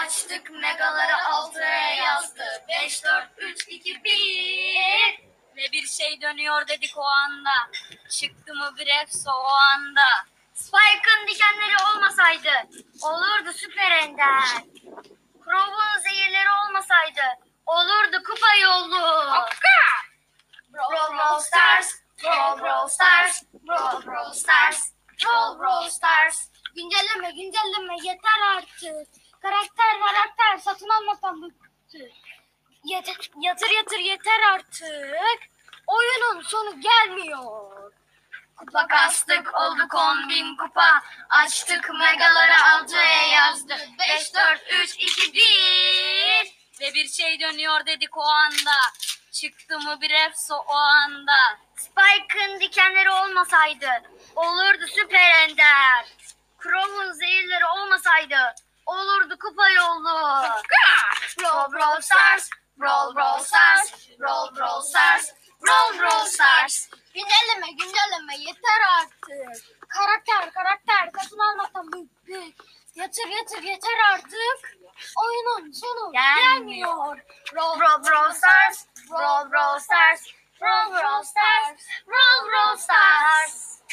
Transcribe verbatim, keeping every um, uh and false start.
Açtık megaları altıya yazdı. Beş, dört, üç, iki, bir. Ve bir şey dönüyor dedik o anda. Çıktı mı bir efso o anda. Spike'ın dikenleri olmasaydı olurdu süper ender. Crow'un zehirleri olmasaydı olurdu kupa yolu. Brawl Brawl Stars, Brawl Brawl Stars, Brawl Brawl Stars, Brawl Brawl Stars. Güncelleme güncelleme yeter artık. Karakter karakter satın almaktan bıktık. Yeter, yatır yatır yeter artık. Oyunun sonu gelmiyor. Kupa kastık olduk on bin kupa. Açtık megaları altıya yazdı. Beş, dört, üç, iki, bir. Ve bir şey dönüyor dedik o anda. Çıktı mı bir efso o anda. Spike'ın dikenleri olmasaydı olurdu süper ender. Crow'un zehirleri olmasaydı olurdu kupa yolu. Brawl Brawl Stars, Brawl Brawl Stars, Brawl Brawl Stars, Brawl Brawl Stars. Güncelleme güncelleme yeter artık. Karakter karakter satın almaktan bıktık. Yatır yatır yeter artık. Oyunun sonu gelmiyor. Brawl Brawl Brawl Stars, Brawl Brawl Stars, Brawl Brawl Stars, Brawl Brawl Stars.